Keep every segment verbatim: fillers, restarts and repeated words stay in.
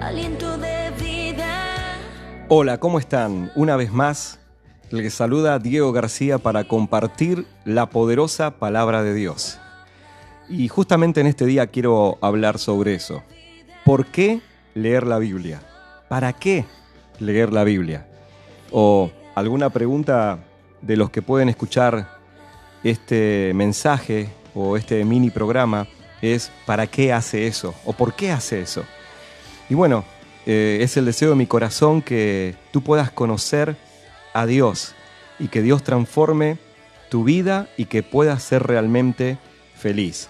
aliento de vida. Hola, ¿cómo están? Una vez más, les saluda Diego García para compartir la poderosa palabra de Dios. Y justamente en este día quiero hablar sobre eso. ¿Por qué leer la Biblia? ¿Para qué leer la Biblia? O alguna pregunta de los que pueden escuchar este mensaje o este mini programa es ¿para qué hace eso? ¿O por qué hace eso? Y bueno, eh, es el deseo de mi corazón que tú puedas conocer a Dios y que Dios transforme tu vida y que puedas ser realmente feliz.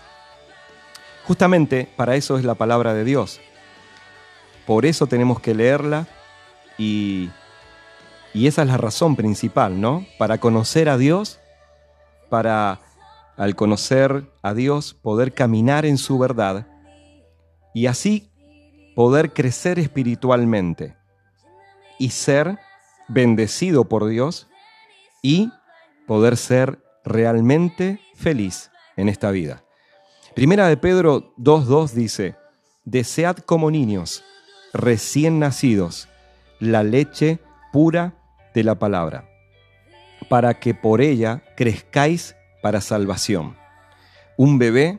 Justamente para eso es la palabra de Dios. Por eso tenemos que leerla y, y esa es la razón principal, ¿no? Para conocer a Dios, para al conocer a Dios poder caminar en su verdad y así poder crecer espiritualmente y ser bendecido por Dios y poder ser realmente feliz en esta vida. Primera de Pedro dos dos dice: desead como niños recién nacidos la leche pura de la palabra, para que por ella crezcáis para salvación. Un bebé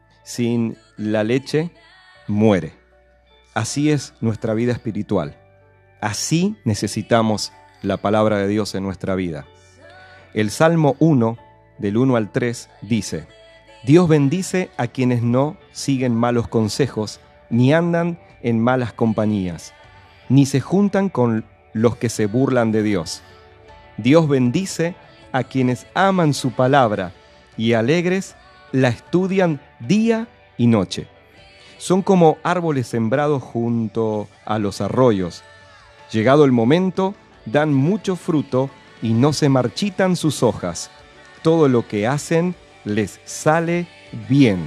sin la leche muere. Así es nuestra vida espiritual. Así necesitamos la palabra de Dios en nuestra vida. El Salmo uno, del uno al tres, dice: Dios bendice a quienes no siguen malos consejos, ni andan en malas compañías, ni se juntan con los que se burlan de Dios. Dios bendice a quienes aman su palabra y alegres la estudian día y noche. Son como árboles sembrados junto a los arroyos. Llegado el momento, dan mucho fruto y no se marchitan sus hojas. Todo lo que hacen les sale bien.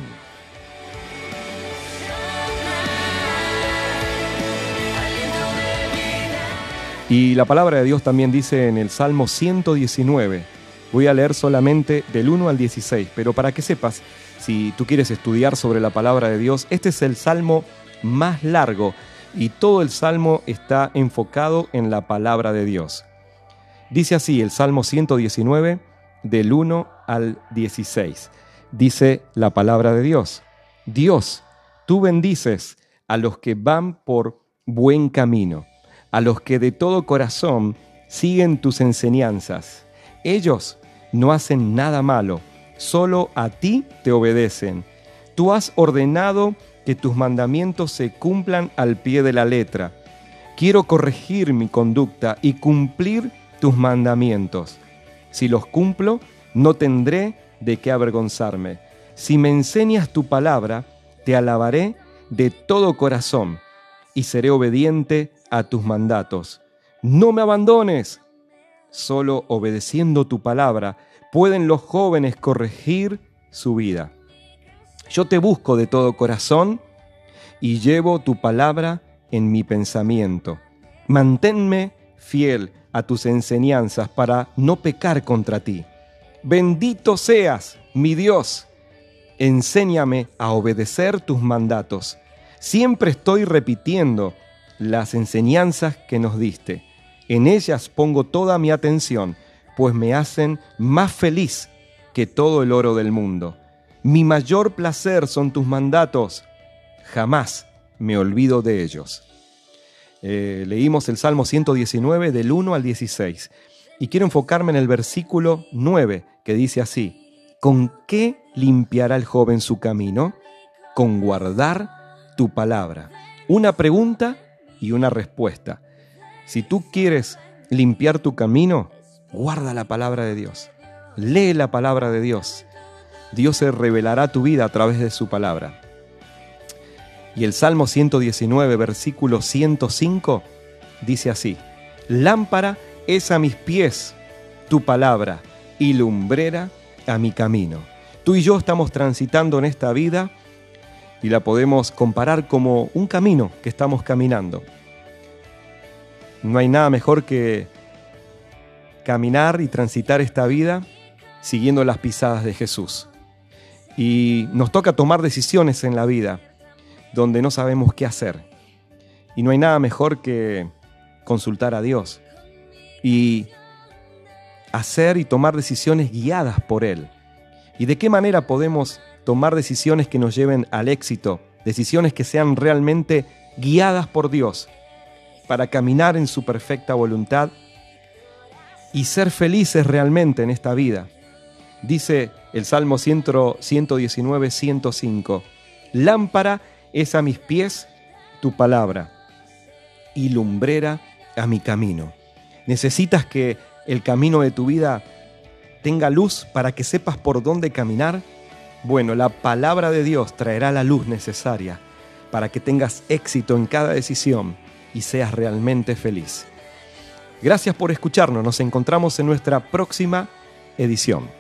Y la palabra de Dios también dice en el Salmo ciento diecinueve, voy a leer solamente del uno al dieciséis, pero para que sepas, si tú quieres estudiar sobre la palabra de Dios, este es el Salmo más largo y todo el Salmo está enfocado en la palabra de Dios. Dice así el Salmo ciento diecinueve, del uno al dieciséis. Dice la palabra de Dios: Dios, tú bendices a los que van por buen camino, a los que de todo corazón siguen tus enseñanzas. Ellos no hacen nada malo, solo a ti te obedecen. Tú has ordenado que tus mandamientos se cumplan al pie de la letra. Quiero corregir mi conducta y cumplir tus mandamientos. Si los cumplo, no tendré de qué avergonzarme. Si me enseñas tu palabra, te alabaré de todo corazón y seré obediente a tus mandatos. No me abandones. Solo obedeciendo tu palabra pueden los jóvenes corregir su vida. Yo te busco de todo corazón y llevo tu palabra en mi pensamiento. Manténme fiel a tus enseñanzas para no pecar contra ti. Bendito seas, mi Dios. Enséñame a obedecer tus mandatos. Siempre estoy repitiendo las enseñanzas que nos diste. En ellas pongo toda mi atención, pues me hacen más feliz que todo el oro del mundo. Mi mayor placer son tus mandatos. Jamás me olvido de ellos. Eh, leímos el Salmo ciento diecinueve del uno al dieciséis. Y quiero enfocarme en el versículo nueve, que dice así: ¿con qué limpiará el joven su camino? Con guardar tu palabra. Una pregunta y una respuesta. Si tú quieres limpiar tu camino, guarda la palabra de Dios. Lee la palabra de Dios. Dios se revelará a tu vida a través de su palabra. Y el Salmo ciento diecinueve, versículo ciento cinco, dice así: lámpara es a mis pies tu palabra y lumbrera a mi camino. Tú y yo estamos transitando en esta vida y la podemos comparar como un camino que estamos caminando. No hay nada mejor que caminar y transitar esta vida siguiendo las pisadas de Jesús. Y nos toca tomar decisiones en la vida donde no sabemos qué hacer. Y no hay nada mejor que consultar a Dios y hacer y tomar decisiones guiadas por Él. ¿Y de qué manera podemos tomar decisiones que nos lleven al éxito? Decisiones que sean realmente guiadas por Dios para caminar en su perfecta voluntad y ser felices realmente en esta vida. Dice el Salmo ciento diecinueve, ciento cinco, lámpara es a mis pies tu palabra y lumbrera a mi camino. ¿Necesitas que el camino de tu vida tenga luz para que sepas por dónde caminar? Bueno, la palabra de Dios traerá la luz necesaria para que tengas éxito en cada decisión y seas realmente feliz. Gracias por escucharnos. Nos encontramos en nuestra próxima edición.